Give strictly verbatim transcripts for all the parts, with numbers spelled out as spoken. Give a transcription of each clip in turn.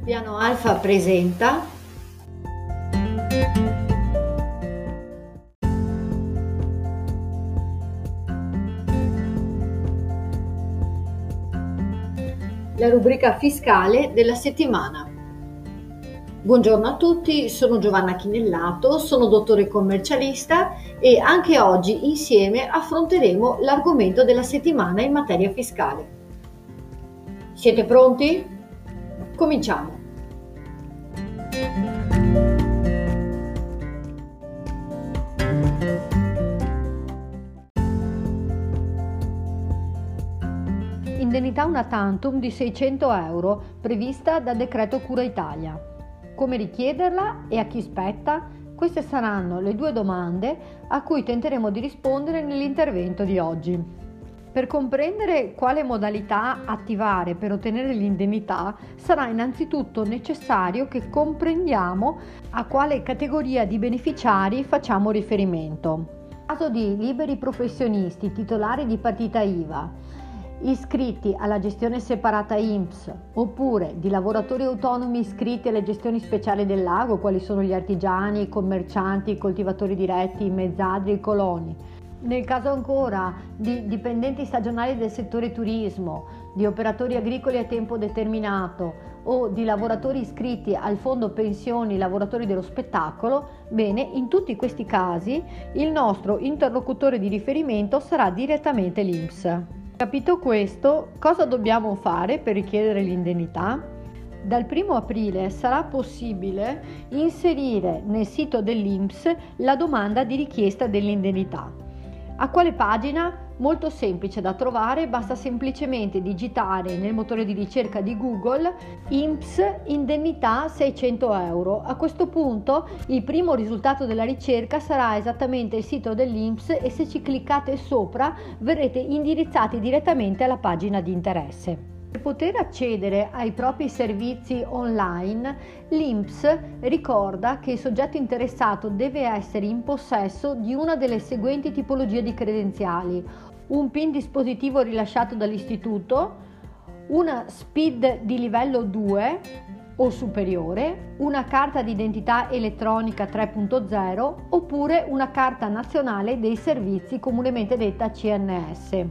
Piano Alfa presenta la rubrica fiscale della settimana. Buongiorno a tutti, sono Giovanna Chinellato, sono dottore commercialista e anche oggi insieme affronteremo l'argomento della settimana in materia fiscale. Siete pronti? Cominciamo! Indennità una tantum di seicento euro prevista dal decreto Cura Italia. Come richiederla e a chi spetta? Queste saranno le due domande a cui tenteremo di rispondere nell'intervento di oggi. Per comprendere quale modalità attivare per ottenere l'indennità, sarà innanzitutto necessario che comprendiamo a quale categoria di beneficiari facciamo riferimento. In caso di liberi professionisti titolari di partita I V A, iscritti alla gestione separata I N P S oppure di lavoratori autonomi iscritti alle gestioni speciali del lago, quali sono gli artigiani, i commercianti, i coltivatori diretti, i mezzadri, i coloni. Nel caso ancora di dipendenti stagionali del settore turismo, di operatori agricoli a tempo determinato o di lavoratori iscritti al fondo pensioni lavoratori dello spettacolo, bene, in tutti questi casi il nostro interlocutore di riferimento sarà direttamente l'I N P S. Capito questo, cosa dobbiamo fare per richiedere l'indennità? Dal primo aprile sarà possibile inserire nel sito dell'I N P S la domanda di richiesta dell'indennità. A quale pagina? Molto semplice da trovare, basta semplicemente digitare nel motore di ricerca di Google I N P S indennità seicento euro. A questo punto il primo risultato della ricerca sarà esattamente il sito dell'I N P S e se ci cliccate sopra verrete indirizzati direttamente alla pagina di interesse. Per poter accedere ai propri servizi online, l'I N P S ricorda che il soggetto interessato deve essere in possesso di una delle seguenti tipologie di credenziali: un PIN dispositivo rilasciato dall'istituto, una S P I D di livello due o superiore, una carta d'identità elettronica tre punto zero oppure una carta nazionale dei servizi, comunemente detta C N S.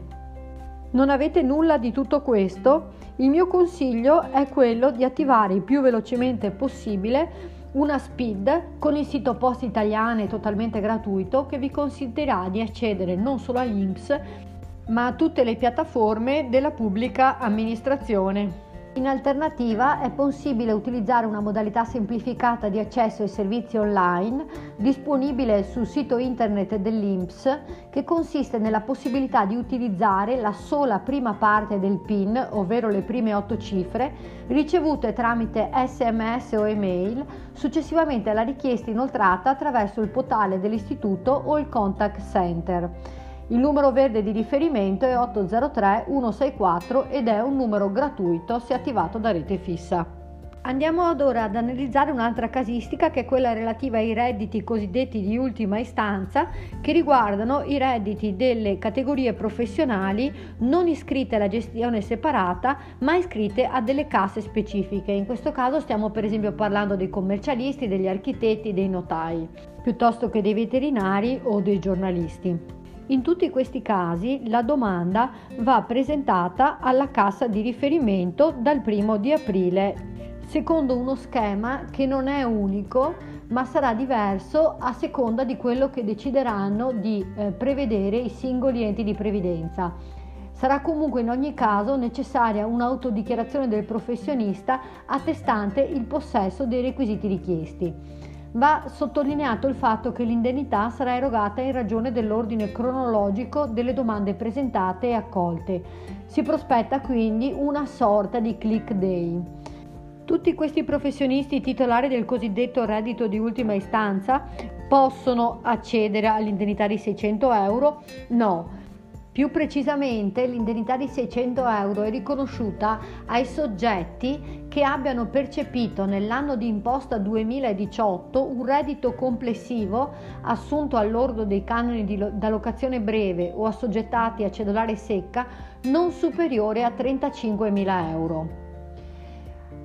Non avete nulla di tutto questo? Il mio consiglio è quello di attivare il più velocemente possibile una S P I D con il sito Poste Italiane totalmente gratuito che vi consentirà di accedere non solo all'I N P S ma a tutte le piattaforme della pubblica amministrazione. In alternativa è possibile utilizzare una modalità semplificata di accesso ai servizi online disponibile sul sito internet dell'I N P S, che consiste nella possibilità di utilizzare la sola prima parte del PIN, ovvero le prime otto cifre, ricevute tramite S M S o email, successivamente alla richiesta inoltrata attraverso il portale dell'istituto o il contact center. Il numero verde di riferimento è otto zero tre uno sei quattro ed è un numero gratuito se attivato da rete fissa. Andiamo ad ora ad analizzare un'altra casistica, che è quella relativa ai redditi cosiddetti di ultima istanza, che riguardano i redditi delle categorie professionali non iscritte alla gestione separata ma iscritte a delle casse specifiche. In questo caso stiamo per esempio parlando dei commercialisti, degli architetti, dei notai, piuttosto che dei veterinari o dei giornalisti. In tutti questi casi la domanda va presentata alla cassa di riferimento dal primo di aprile, secondo uno schema che non è unico ma sarà diverso a seconda di quello che decideranno di eh, prevedere i singoli enti di previdenza. Sarà comunque in ogni caso necessaria un'autodichiarazione del professionista attestante il possesso dei requisiti richiesti. Va sottolineato il fatto che l'indennità sarà erogata in ragione dell'ordine cronologico delle domande presentate e accolte. Si prospetta quindi una sorta di click day. Tutti questi professionisti titolari del cosiddetto reddito di ultima istanza possono accedere all'indennità di seicento euro? No. Più precisamente, l'indennità di seicento euro è riconosciuta ai soggetti che abbiano percepito nell'anno di imposta duemiladiciotto un reddito complessivo assunto al lordo dei canoni di lo- da locazione breve o assoggettati a cedolare secca non superiore a trentacinquemila euro.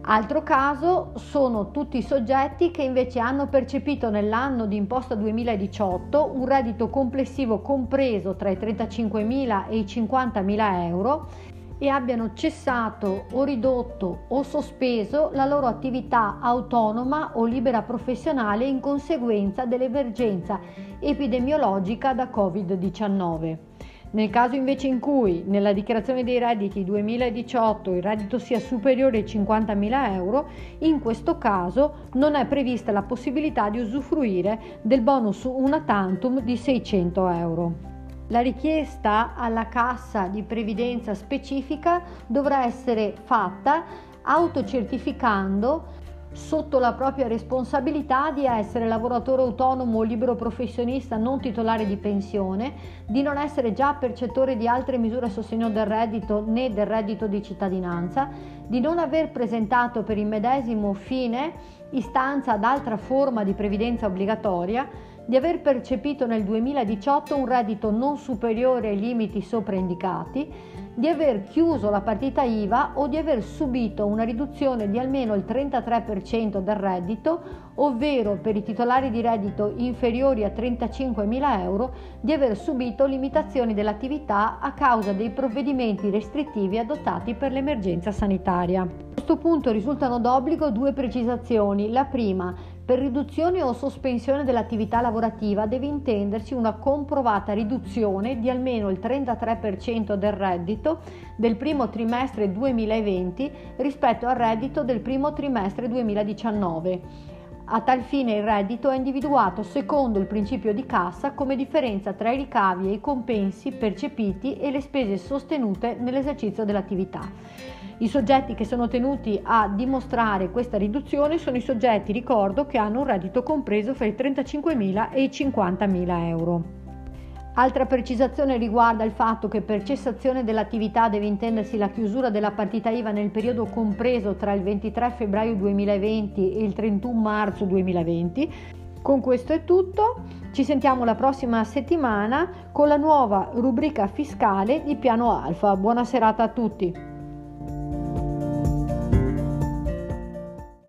Altro caso sono tutti i soggetti che invece hanno percepito nell'anno di imposta duemiladiciotto un reddito complessivo compreso tra i trentacinquemila e i cinquantamila euro e abbiano cessato o ridotto o sospeso la loro attività autonoma o libera professionale in conseguenza dell'emergenza epidemiologica da covid diciannove. Nel caso invece in cui nella dichiarazione dei redditi duemiladiciotto il reddito sia superiore ai cinquantamila euro, in questo caso non è prevista la possibilità di usufruire del bonus una tantum di seicento euro. La richiesta alla cassa di previdenza specifica dovrà essere fatta autocertificando sotto la propria responsabilità di essere lavoratore autonomo o libero professionista non titolare di pensione, di non essere già percettore di altre misure a sostegno del reddito né del reddito di cittadinanza, di non aver presentato per il medesimo fine istanza ad altra forma di previdenza obbligatoria, di aver percepito nel duemiladiciotto un reddito non superiore ai limiti sopra indicati, di aver chiuso la partita I V A o di aver subito una riduzione di almeno il trentatré per cento del reddito, ovvero per i titolari di reddito inferiori a trentacinquemila euro di aver subito limitazioni dell'attività a causa dei provvedimenti restrittivi adottati per l'emergenza sanitaria. A questo punto risultano d'obbligo due precisazioni. La prima: per riduzione o sospensione dell'attività lavorativa deve intendersi una comprovata riduzione di almeno il trentatré per cento del reddito del primo trimestre duemilaventi rispetto al reddito del primo trimestre duemiladiciannove. A tal fine il reddito è individuato secondo il principio di cassa come differenza tra i ricavi e i compensi percepiti e le spese sostenute nell'esercizio dell'attività. I soggetti che sono tenuti a dimostrare questa riduzione sono i soggetti, ricordo, che hanno un reddito compreso fra i trentacinquemila e i cinquantamila euro. Altra precisazione riguarda il fatto che per cessazione dell'attività deve intendersi la chiusura della partita I V A nel periodo compreso tra il ventitré febbraio duemilaventi e il trentuno marzo duemilaventi. Con questo è tutto, ci sentiamo la prossima settimana con la nuova rubrica fiscale di Piano Alfa. Buona serata a tutti!